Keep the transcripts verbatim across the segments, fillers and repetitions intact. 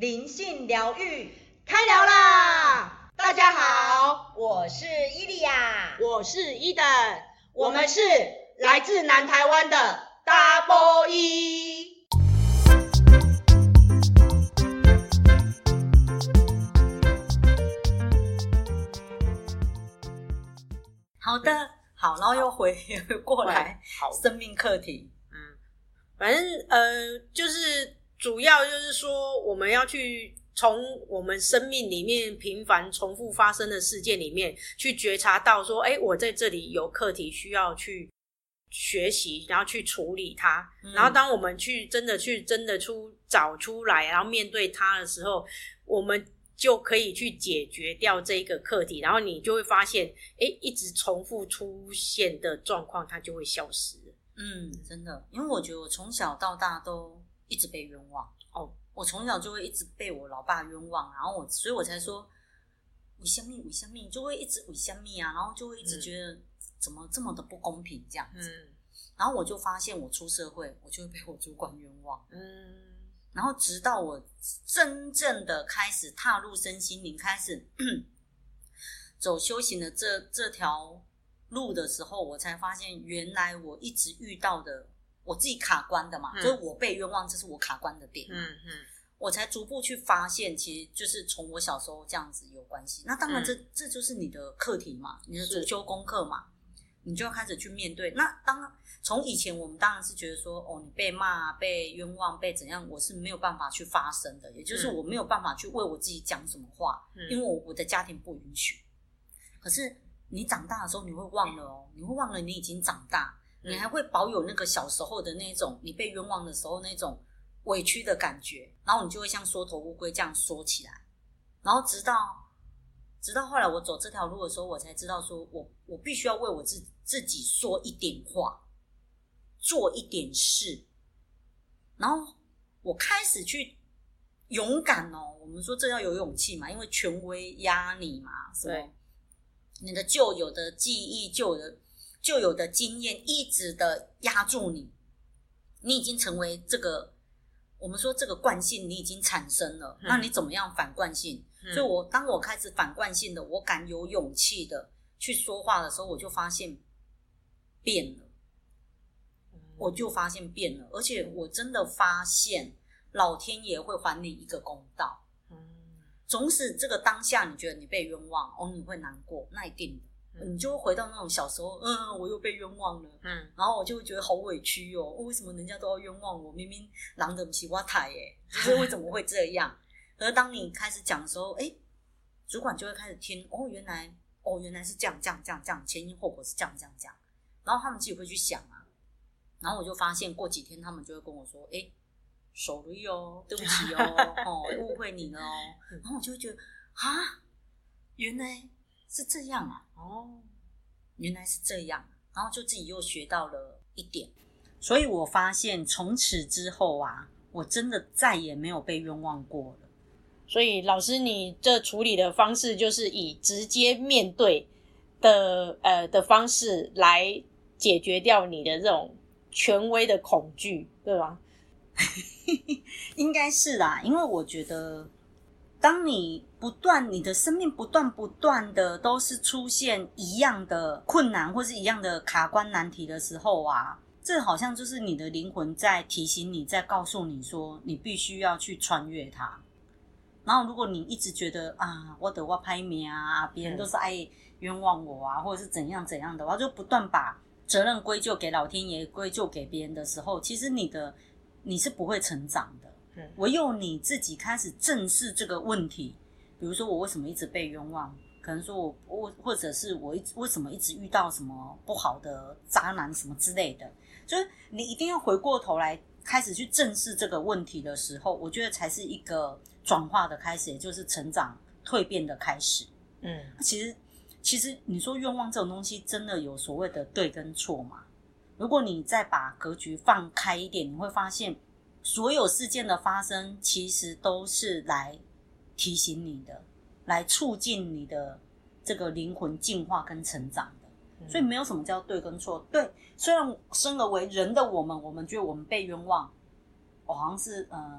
灵性疗愈开聊啦！大家好，我是伊利亚， 我是伊登， 我们是来自南台湾的 Double E。 好的，好，然后又回过来， 好， 生命课题，嗯，反正呃，就是主要就是说，我们要去从我们生命里面频繁重复发生的事件里面，去觉察到说，哎，我在这里有课题需要去学习，然后去处理它。嗯、然后当我们去真的去真的出找出来，然后面对它的时候，我们就可以去解决掉这个课题，然后你就会发现，诶，一直重复出现的状况，它就会消失了。 嗯，真的，因为我觉得我从小到大都一直被冤枉哦，我从小就会一直被我老爸冤枉，然后我，所以我才说，为什么为什么就会一直为什么啊，然后就会一直觉得、嗯、怎么这么的不公平这样子，嗯，然后我就发现我出社会，我就会被我主管冤枉，嗯。然后直到我真正的开始踏入身心灵，开始走修行的这这条路的时候，我才发现原来我一直遇到的我自己卡关的嘛，嗯、就是我被冤枉，这是我卡关的点嘛。嗯嗯，我才逐步去发现，其实就是从我小时候这样子有关系。那当然这，这、嗯、这就是你的课题嘛，你的主修功课嘛。你就要开始去面对。那当从以前我们当然是觉得说，哦，你被骂、被冤枉、被怎样，我是没有办法去发声的，也就是我没有办法去为我自己讲什么话，嗯、因为我我的家庭不允许。可是你长大的时候，你会忘了哦，你会忘了你已经长大，嗯、你还会保有那个小时候的那种你被冤枉的时候那种委屈的感觉，然后你就会像缩头乌龟这样缩起来，然后直到。直到后来我走这条路的时候，我才知道说我我必须要为我自自己说一点话，做一点事，然后我开始去勇敢哦。我们说这要有勇气嘛，因为权威压你嘛，什么你的旧有的记忆、旧有的旧有的经验一直的压住你，你已经成为这个我们说这个惯性，你已经产生了，嗯、那你怎么样反惯性？所以我当我开始反惯性的，我敢有勇气的去说话的时候，我就发现变了，我就发现变了，而且我真的发现老天爷会还你一个公道。总使这个当下你觉得你被冤枉，哦，你会难过，那一定的，你就会回到那种小时候，嗯，我又被冤枉了，嗯，然后我就会觉得好委屈哦，为什么人家都要冤枉我？明明人就不是我害的，就是为什么会这样？而当你开始讲的时候，哎，主管就会开始听，哦，原来，哦，原来是这样，这样，这样，这样，前因后果是这样，这样，这样，然后他们自己会去想啊，然后我就发现过几天他们就会跟我说，哎 ，sorry 哦，对不起哦，哦，误会你了哦，然后我就会觉得，啊，原来是这样啊，哦，原来是这样，然后就自己又学到了一点，所以我发现从此之后啊，我真的再也没有被冤枉过了。 所以老师你这处理的方式就是以直接面对的呃的方式来解决掉你的这种权威的恐惧，对吧？ 应该是啦，因为我觉得当你不断你的生命不断不断的都是出现一样的困难或是一样的卡关难题的时候啊，这好像就是你的灵魂在提醒你，在告诉你说你必须要去穿越它。然后如果你一直觉得啊，我的我拍命啊，别人都是爱冤枉我啊，或者是怎样怎样的话，就不断把责任归咎给老天爷，归咎给别人的时候，其实你的你是不会成长的。嗯，唯有你自己开始正视这个问题，比如说我为什么一直被冤枉，可能说我我或者是我一直为什么一直遇到什么不好的渣男什么之类的，就是你一定要回过头来开始去正视这个问题的时候，我觉得才是一个转化的开始，也就是成长蜕变的开始。嗯，其实其实你说愿望这种东西真的有所谓的对跟错吗？如果你再把格局放开一点，你会发现所有事件的发生其实都是来提醒你的，来促进你的这个灵魂进化跟成长的。所以没有什么叫对跟错。对，虽然生而为人的我们，我们觉得我们被冤枉，我好像是呃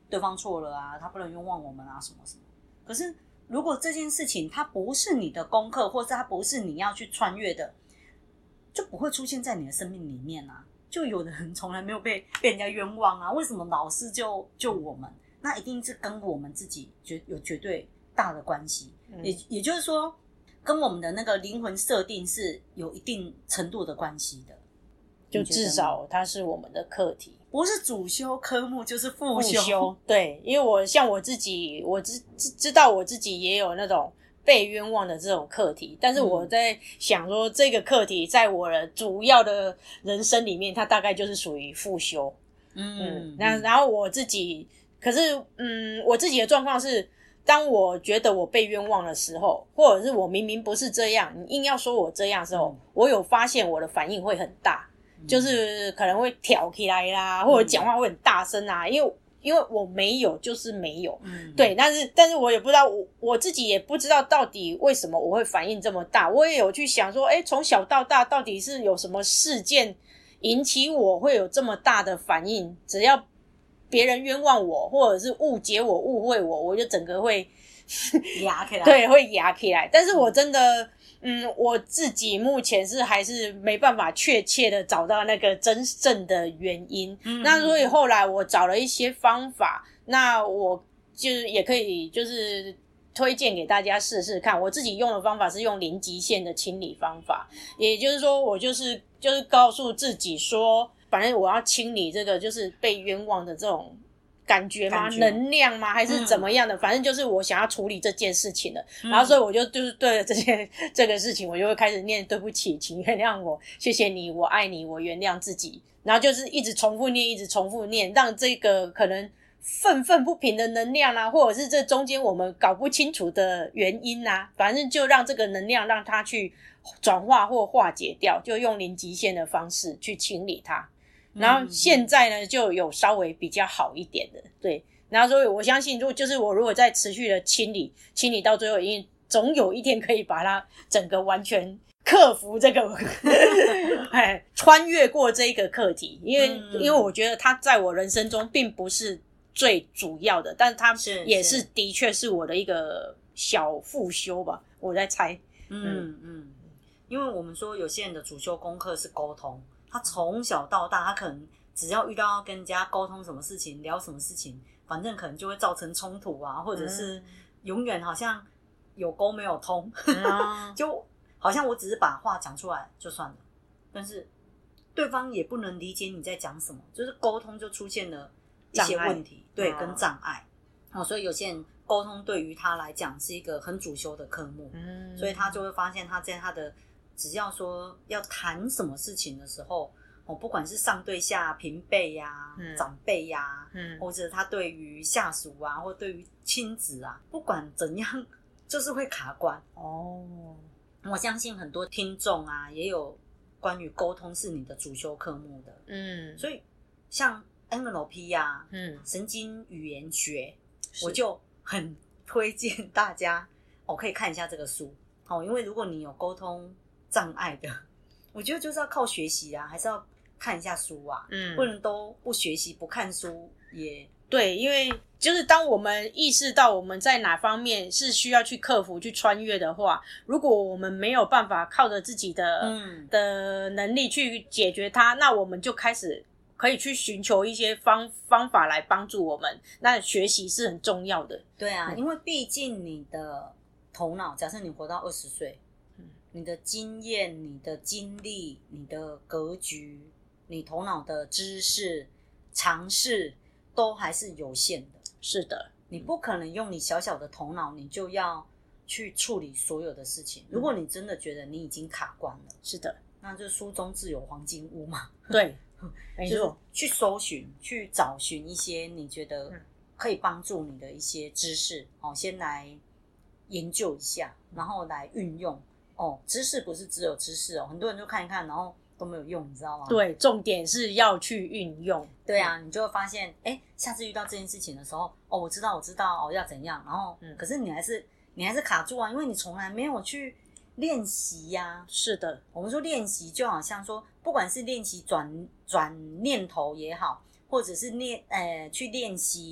对方错了啊，他不能冤枉我们啊，什么什么。可是如果这件事情它不是你的功课，或是它不是你要去穿越的，就不会出现在你的生命里面啊。就有的人从来没有被被人家冤枉啊，为什么老是救救我们？那一定是跟我们自己绝有绝对大的关系，嗯、也也就是说，跟我们的那个灵魂设定是有一定程度的关系的。 就至少它是我们的课题， 不是主修科目就是副修。 副修对，因为我像我自己，我知知道我自己也有那种被冤枉的这种课题，但是我在想说，这个课题在我的主要的人生里面，它大概就是属于副修。嗯，嗯那然后我自己，可是嗯，我自己的状况是，当我觉得我被冤枉的时候，或者是我明明不是这样，你硬要说我这样的时候，嗯、我有发现我的反应会很大。就是可能会挑起来啦，或者讲话会很大声啊，因为因为我没有就是没有，嗯，对，但是但是我也不知道，我我自己也不知道到底为什么我会反应这么大。我也有去想说，诶，从小到大到底是有什么事件引起我会有这么大的反应？只要别人冤枉我，或者是误解我、误会我，我就整个会压起来， 对，会压起来。但是我真的。嗯，我自己目前是还是没办法确切的找到那个真正的原因。嗯，那所以后来我找了一些方法，那我就是也可以就是推荐给大家试试看。我自己用的方法是用零极限的清理方法，也就是说我就是就是告诉自己说，反正我要清理这个就是被冤枉的这种感觉吗？能量吗？还是怎么样的？嗯、反正就是我想要处理这件事情了。嗯、然后所以我就就是对了这件这个事情，我就会开始念对不起，请原谅我，谢谢你，我爱你，我原谅自己。然后就是一直重复念，一直重复念，让这个可能愤愤不平的能量啊，或者是这中间我们搞不清楚的原因啊，反正就让这个能量让它去转化或化解掉，就用零极限的方式去清理它。然后现在呢就有稍微比较好一点的，对。然后所以我相信，如果就是我如果再持续的清理，清理到最后，因为总有一天可以把它整个完全克服这个，哎，穿越过这个课题。因为、嗯、因为我觉得它在我人生中并不是最主要的，但它也是的确是我的一个小副修吧，我在猜。 嗯嗯，因为我们说有些人的主修功课是沟通。他从小到大，他可能只要遇到要跟人家沟通什么事情，聊什么事情，反正可能就会造成冲突啊，或者是永远好像有沟没有通，嗯、就好像我只是把话讲出来就算了，但是对方也不能理解你在讲什么，就是沟通就出现了一些问题，对，跟障碍。哦，所以有些人沟通对于他来讲是一个很主修的科目，嗯、所以他就会发现他在他的。只要说要谈什么事情的时候，哦，不管是上对下、平辈呀、啊、嗯、长辈呀、啊，嗯，或者他对于下属啊，或对于亲子啊，不管怎样，就是会卡关。哦，我相信很多听众啊，也有关于沟通是你的主修科目的，嗯，所以像 N L P 啊，嗯，神经语言学，我就很推荐大家，哦，可以看一下这个书，哦，因为如果你有沟通障碍的，我觉得就是要靠学习啊，还是要看一下书啊，嗯，不能都不学习不看书也对，因为就是当我们意识到我们在哪方面是需要去克服去穿越的话，如果我们没有办法靠着自己的、嗯、的能力去解决它，那我们就开始可以去寻求一些方方法来帮助我们，那学习是很重要的。 对啊、嗯、因为毕竟你的头脑，假设你活到二十岁，你的经验、你的经历、你的格局、你头脑的知识、尝试都还是有限的。 是的， 你不可能用你小小的头脑，你就要去处理所有的事情。如果你真的觉得你已经卡关了， 是的， 那就书中自有黄金屋嘛。 对，没错， 去搜寻、去找寻一些你觉得可以帮助你的一些知识，哦，先来研究一下，然后来运用。哦，知识不是只有知识哦，很多人就看一看，然后都没有用，你知道吗？ 对，重点是要去运用。 对啊，你就会发现，哎，下次遇到这件事情的时候，哦，我知道，我知道，哦，要怎样，然后，嗯，可是你还是你还是卡住啊，因为你从来没有去练习呀。 是的， 我们说练习就好像说，不管是练习转转念头也好，或者是练呃去练习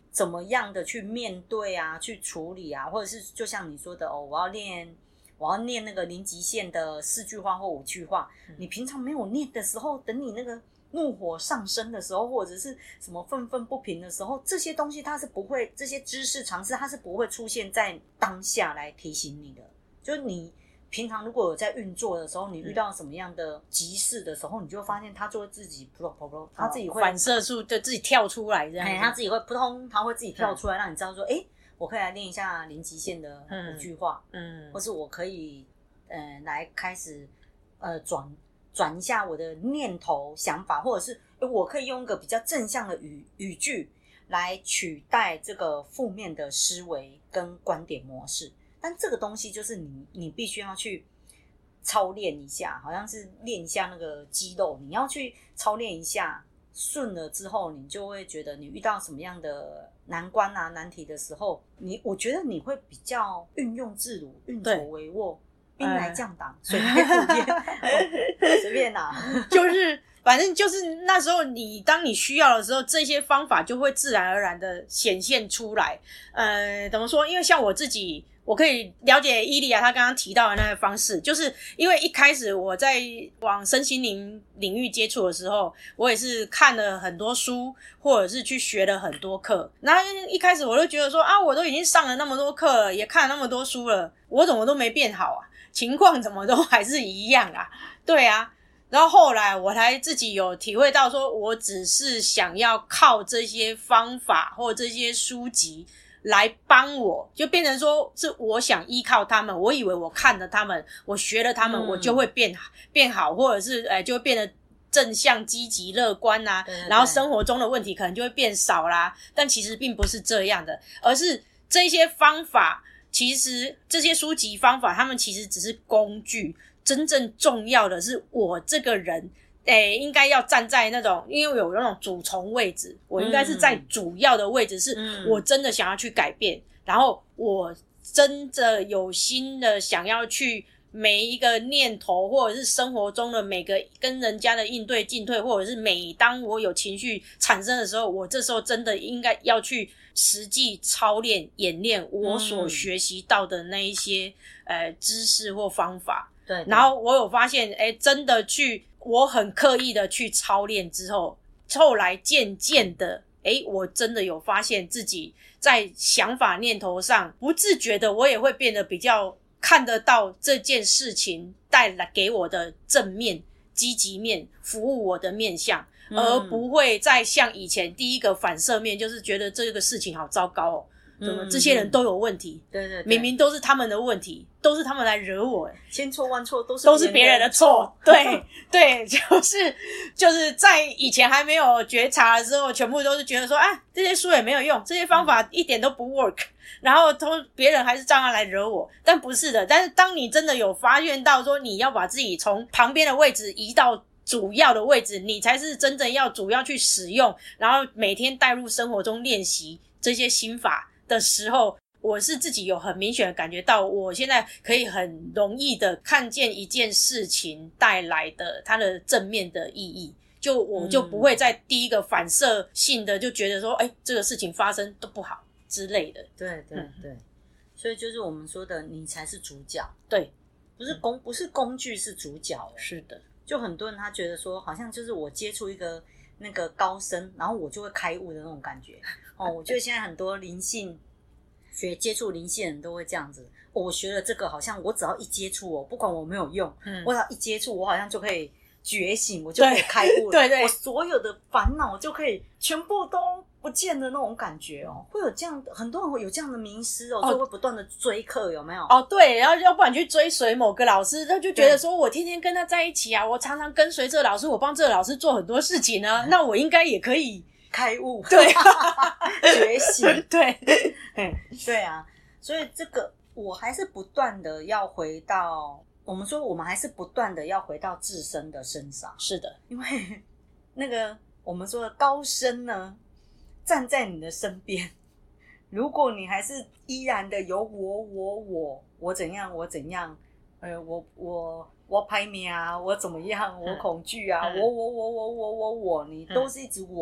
怎么样的去面对啊，去处理啊，或者是就像你说的哦，我要练我要念那个零极限的四句话或五句话，嗯、你平常没有念的时候，等你那个怒火上升的时候，或者是什么愤愤不平的时候，这些东西它是不会，这些知识常识它是不会出现在当下来提醒你的。就是你平常如果有在运作的时候，你遇到什么样的急事的时候，你就会发现它就会自己扑通扑通，它自己会、 哦、反射出就自己跳出来这样， 它自己会扑通，它会自己跳出来，让你知道说，哎、欸，我可以来练一下零极限的五句话，嗯，嗯或是我可以呃来开始呃转。转一下我的念头想法，或者是我可以用一个比较正向的语语句来取代这个负面的思维跟观点模式。但这个东西就是你你必须要去操练一下，好像是练一下那个肌肉，你要去操练一下，顺了之后你就会觉得你遇到什么样的难关啊难题的时候，你我觉得你会比较运用自如，运筹帷幄，兵来将挡，水来土掩，随便啦， 就是反正就是那时候你当你需要的时候，这些方法就会自然而然的显现出来。呃，怎么说？因为像我自己，我可以了解伊利亚她刚刚提到的那个方式，就是因为一开始我在往身心灵领域接触的时候，我也是看了很多书，或者是去学了很多课。然后一开始我就觉得说啊，我都已经上了那么多课了，也看了那么多书了，我怎么都没变好啊？情况怎么都还是一样啊？对啊，然后后来我才自己有体会到说，我只是想要靠这些方法或这些书籍来帮我，就变成说是我想依靠他们，我以为我看了他们，我学了他们，嗯、我就会变变好，或者是诶就会变得正向、积极、乐观啊，对对对，然后生活中的问题可能就会变少啦。但其实并不是这样的，而是这些方法。其实这些书籍方法，他们其实只是工具，真正重要的是我这个人，诶，应该要站在那种，因为有那种主从位置，我应该是在主要的位置，是我真的想要去改变，嗯、然后我真的有心的想要去每一个念头，或者是生活中的每个跟人家的应对进退，或者是每当我有情绪产生的时候，我这时候真的应该要去实际操练演练我所学习到的那一些、嗯、呃知识或方法。对，然后我有发现诶真的去我很刻意的去操练之后，后来渐渐的诶我真的有发现自己在想法念头上不自觉的我也会变得比较看得到这件事情带来给我的正面积极面服务我的面向，嗯、而不会再像以前第一个反射面就是觉得这个事情好糟糕哦，怎么、嗯、这些人都有问题，对对对，明明都是他们的问题，都是他们来惹我， 千错万错都是都是别人的错，对对，就是就是在以前还没有觉察的时候，全部都是觉得说啊这些书也没有用，这些方法一点都不 work，嗯然后都别人还是照样来惹我，但不是的。但是当你真的有发现到说你要把自己从旁边的位置移到主要的位置，你才是真正要主要去使用，然后每天带入生活中练习这些心法的时候，我是自己有很明显的感觉到，我现在可以很容易的看见一件事情带来的它的正面的意义，就我就不会在第一个反射性的就觉得说诶这个事情发生都不好之类的。 对对对、嗯、所以就是我们说的你才是主角， 对， 不是工、嗯、不是工具是主角。 是的， 就很多人他觉得说好像就是我接触一个那个高僧，然后我就会开悟的那种感觉哦。我觉得现在很多灵性学接触灵性的人都会这样子、哦、我学了这个好像我只要一接触我不管我没有用、嗯、我只要一接触我好像就可以觉醒，我就可以开悟了，对对对，我所有的烦恼就可以全部都不见的那种感觉哦，会有这样的，很多人会有这样的迷思哦，就会不断的追课，有没有？ 哦，对，然后要不然去追随某个老师，他就觉得说我天天跟他在一起啊，我常常跟随这个老师，我帮这个老师做很多事情呢、啊，那我应该也可以开悟， 对， 觉醒， 对， 对啊，所以这个我还是不断的要回到，我们说我们还是不断的要回到自身的身上， 是的， 因为那个我们说的高僧呢。站在你的身边，如果你还是依然的有我我我我怎样我怎样，呃我我我排名啊，我怎么样，我恐惧啊，嗯、我我我我我我我，你都是一直我、嗯，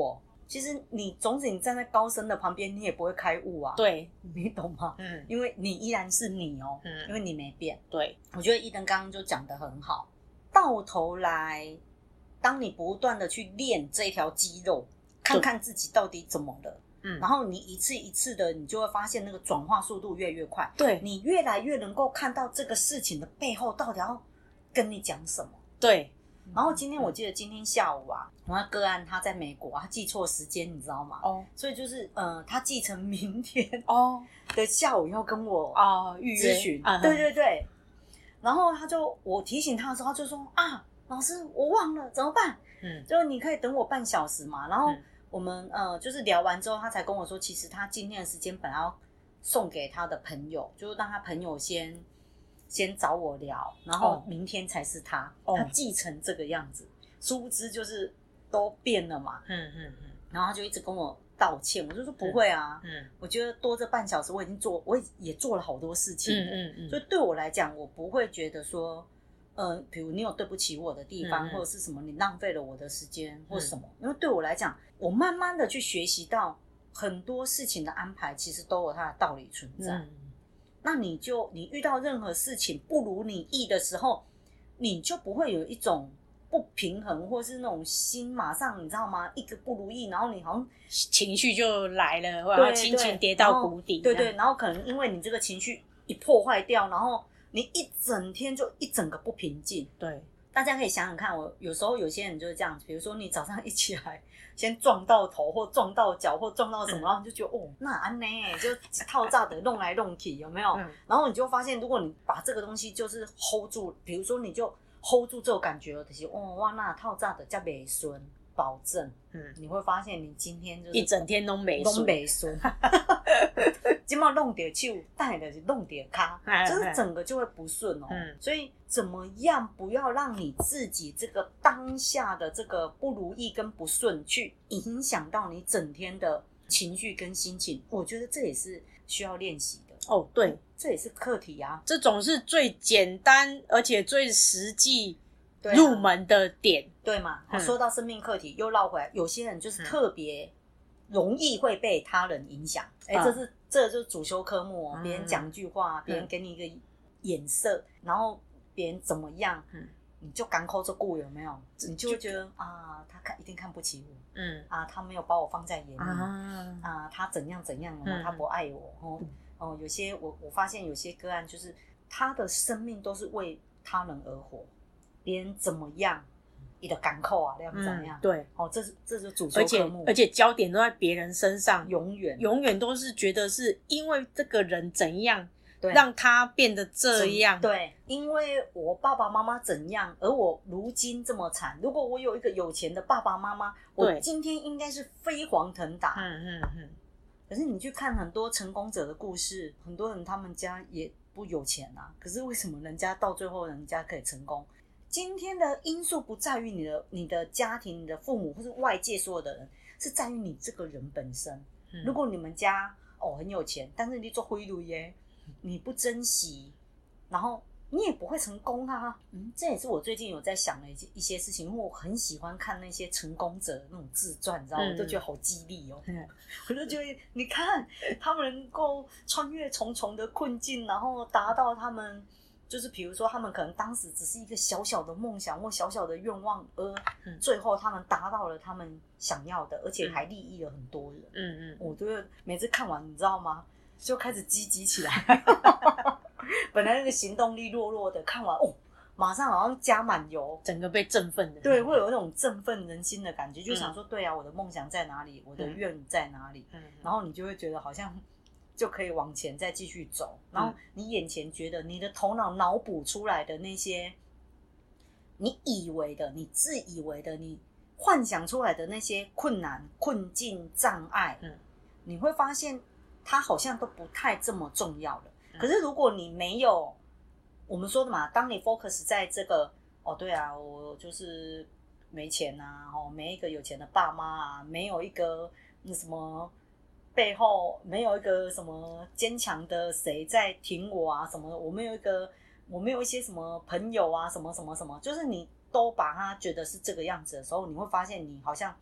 其实你总之你站在高僧的旁边，你也不会开悟啊。 对， 你懂吗？嗯，因为你依然是你哦，嗯，因为你没变。 对， 我觉得伊登刚刚就讲得很好。到头来，当你不断的去练这条肌肉，看看自己到底怎么了，嗯，然后你一次一次的，你就会发现那个转化速度越来越快。 对， 你越来越能够看到这个事情的背后到底要跟你讲什么。 对。 然后今天我记得今天下午啊，我那个案他在美国，他记错时间，你知道吗？哦，所以就是呃，他记成明天哦的下午要跟我哦预约咨询，对对对。然后他就我提醒他的时候，他就说啊，老师我忘了怎么办？嗯，就你可以等我半小时嘛。然后我们呃就是聊完之后，他才跟我说，其实他今天的时间本来要送给他的朋友，就是让他朋友先。先找我聊，然后明天才是他，哦、他继承这个样子，殊不知就是都变了嘛。嗯嗯嗯。然后他就一直跟我道歉，我就说不会啊，嗯，我觉得多这半小时我已经做，我也做了好多事情了，嗯嗯嗯。所以对我来讲，我不会觉得说，呃，比如你有对不起我的地方，嗯嗯或者是什么你浪费了我的时间或什么，嗯、因为对我来讲，我慢慢的去学习到很多事情的安排，其实都有它的道理存在。嗯那你就你遇到任何事情不如你意的时候，你就不会有一种不平衡，或是那种心马上你知道吗？一个不如意，然后你好像情绪就来了，或者心情跌到谷底。 对 对, 对，然后可能因为你这个情绪一破坏掉，然后你一整天就一整个不平静。 对， 大家可以想想看，我有时候有些人就是这样，比如说你早上一起来。先撞到头或撞到脚或撞到什么，嗯、然后你就觉得哦，那安呢就套炸的弄来弄去，有没有？嗯、然后你就发现，如果你把这个东西就是 hold 住，比如说你就 hold 住这种感觉，就是哦哇，那套炸的叫美孙，保证，嗯，你会发现你今天就是一整天都没都没孙，今嘛弄点手，带的是弄点卡，就是整个就会不顺哦。嗯，所以怎么样不要让你自己这个当下的这个不如意跟不顺，去影响到你整天的情绪跟心情？我觉得这也是需要练习的。 哦，对， 这也是课题啊。 这种是最简单而且最实际入门的点， 对, 啊、对嘛？嗯、说到生命课题，又绕回来，有些人就是特别容易会被他人影响。哎、嗯，这是这就是主修科目哦。别、嗯、人讲句话，别人给你一个眼色，嗯、然后别人怎么样，嗯、你就赶口这顾有没有？你就会觉得啊，他看一定看不起我，嗯啊，他没有把我放在眼里啊, 啊，他怎样怎样，嗯、他不爱我哦。嗯哦，有些我我发现有些个案就是他的生命都是为他人而活，别人怎么样，你的感扣啊，那样怎么样？ 嗯、对， 哦，这是这是主修科目， 而且而且焦点都在别人身上， 永远永远都是觉得是因为这个人怎样，让他变得这样， 对，因为我爸爸妈妈怎样，而我如今这么惨。如果我有一个有钱的爸爸妈妈，我今天应该是飞黄腾达。嗯嗯嗯。可是你去看很多成功者的故事，很多人他们家也不有钱啊，可是为什么人家到最后人家可以成功？今天的因素不在于你的你的家庭、你的父母或是外界所有的人，是在于你这个人本身。嗯、如果你们家哦很有钱，但是你做贿赂耶，你不珍惜，然后你也不会成功啊。嗯，这也是我最近有在想的一些事情，因为我很喜欢看那些成功者的那种自传，你知道吗？嗯、我都觉得好激励哦。嗯、我就觉得你看他们能够穿越重重的困境，然后达到他们就是比如说他们可能当时只是一个小小的梦想或小小的愿望，而最后他们达到了他们想要的，而且还利益了很多人。嗯嗯，我觉得每次看完你知道吗，就开始积极起来。本来那个行动力弱弱的，看完哦，马上好像加满油， 整个被振奋的， 对，会有那种振奋人心的感觉，就想说，对啊，我的梦想在哪里，我的愿在哪里，嗯、然后你就会觉得好像就可以往前再继续走，然后你眼前觉得你的头脑脑补出来的那些，你以为的，你自以为的，你幻想出来的那些困难、困境、障碍，嗯，你会发现它好像都不太这么重要了。可是如果你没有我们说的嘛，当你 focus 在这个哦对啊，我就是没钱啊，哦没一个有钱的爸妈啊，没有一个那什么背后没有一个什么坚强的谁在挺我啊什么的，我没有一个我没有一些什么朋友啊什么什么什么，就是你都把它觉得是这个样子的时候，你会发现你好像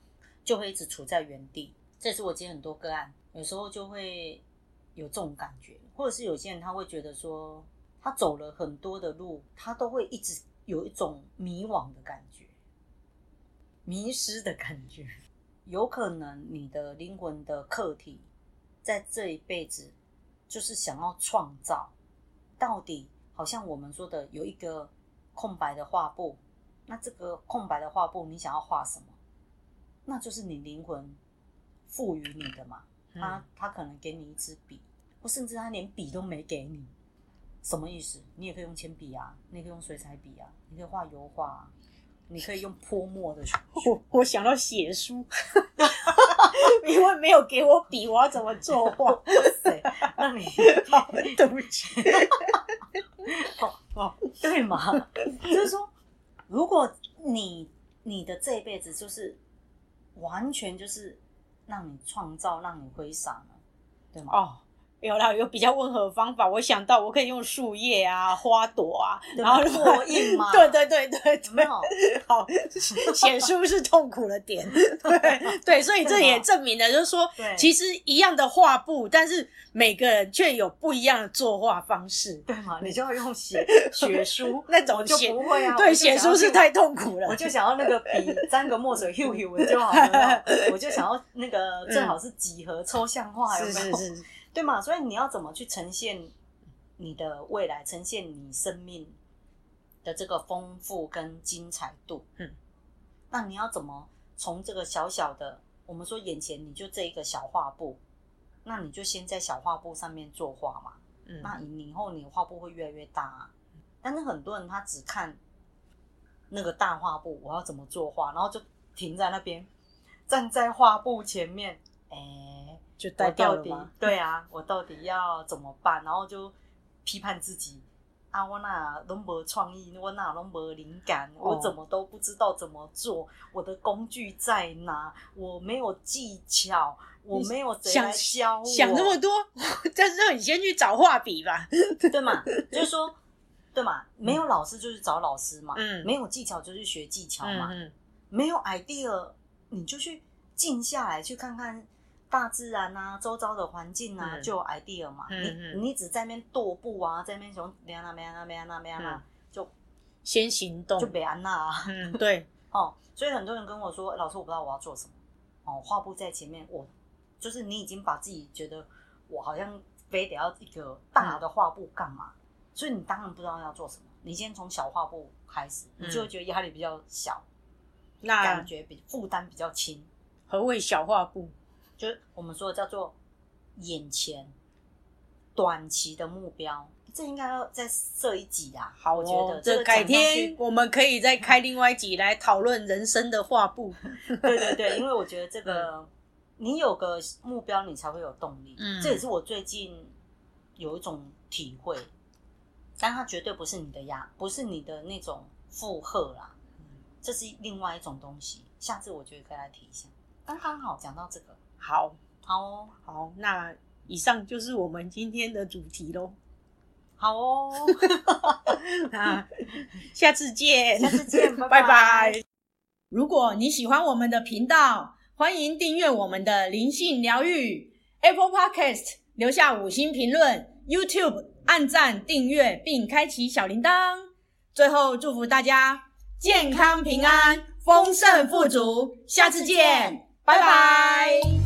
就会一直处在原地。这是我接很多个案，有时候就会有这种感觉，或者是有些人他会觉得说他走了很多的路，他都会一直有一种迷惘的感觉，迷失的感觉。有可能你的灵魂的课题在这一辈子就是想要创造，到底好像我们说的有一个空白的画布，那这个空白的画布你想要画什么？那就是你灵魂赋予你的嘛。他他可能给你一支笔，或甚至他连笔都没给你，什么意思？你也可以用铅笔啊，你也可以用水彩笔啊，你可以画油画啊，你可以用泼墨的我我想到写书因为没有给我笔，我要怎么作画？ 哇塞，那你好对不起哦哦，对嘛？就是说，如果你你的这一辈子就是完全就是让你创造，让你挥洒了，对吗？ 哦，有啦，有比较温和的方法。我想到我可以用树叶啊、花朵啊，然后拓印嘛。 对对对对对， 好， 好，写书是痛苦的点，对对，所以这也证明了，就是说，其实一样的画布，但是每个人却有不一样的作画方式， 对嘛？你就要用写写书那种就不会啊， 对，写书是太痛苦了。 我就想要那个笔沾个墨水 ，Q Q 就好了。我就想要那个最好是几何抽象画，有没有？ 是是是。 对嘛？所以你要怎么去呈现你的未来，呈现你生命的这个丰富跟精彩度？嗯，那你要怎么从这个小小的，我们说眼前你就这一个小画布，那你就先在小画布上面作画嘛。嗯，那以后你的画布会越来越大啊。但是很多人他只看那个大画布，我要怎么作画，然后就停在那边，站在画布前面，哎、欸。 就呆掉了吗？ 对啊，我到底要怎么办？然后就批判自己啊，我哪都没创意，我哪都没灵感，哦、我怎么都不知道怎么做，我的工具在哪？我没有技巧，我没有谁来教我。 想那么多，但是你先去找画笔吧， 对嘛？就是说，对嘛？没有老师就去找老师嘛，嗯，没有技巧就去学技巧嘛，嗯嗯，没有 idea 你就去静下来去看看。大自然啊，周遭的环境啊，嗯、就有 idea 嘛。嗯嗯、你你只在那边踱步啊，在那边想别安那别安那别安那别安那，就先行动， 就别安那啊。 嗯，对。 哦，所以很多人跟我说，老师我不知道我要做什么。哦，画布在前面，我就是你已经把自己觉得我好像非得要一个大的画布干嘛？嗯、所以你当然不知道要做什么。你先从小画布开始，你就会觉得压力比较小，嗯、感觉比负担比较轻。 何谓小画布？ 就是我们说的叫做眼前短期的目标，这应该要再设一集啊。 好、哦，我觉得这改天我们可以再开另外一集来讨论人生的画布。 对对对，因为我觉得这个、嗯、你有个目标，你才会有动力。嗯，这也是我最近有一种体会，但它绝对不是你的压，不是你的那种负荷啦。嗯，这是另外一种东西。下次我觉得可以来提一下。刚刚好讲到这个。 好， 好哦， 好，那以上就是我们今天的主题咯。 好哦， 那下次见， 下次见，拜拜拜。如果你喜欢我们的频道，欢迎订阅我们的灵性疗愈 Apple Podcast， 留下五星评论 YouTube 按赞订阅并开启小铃铛。最后祝福大家健康平安丰盛富足，下次见，拜拜。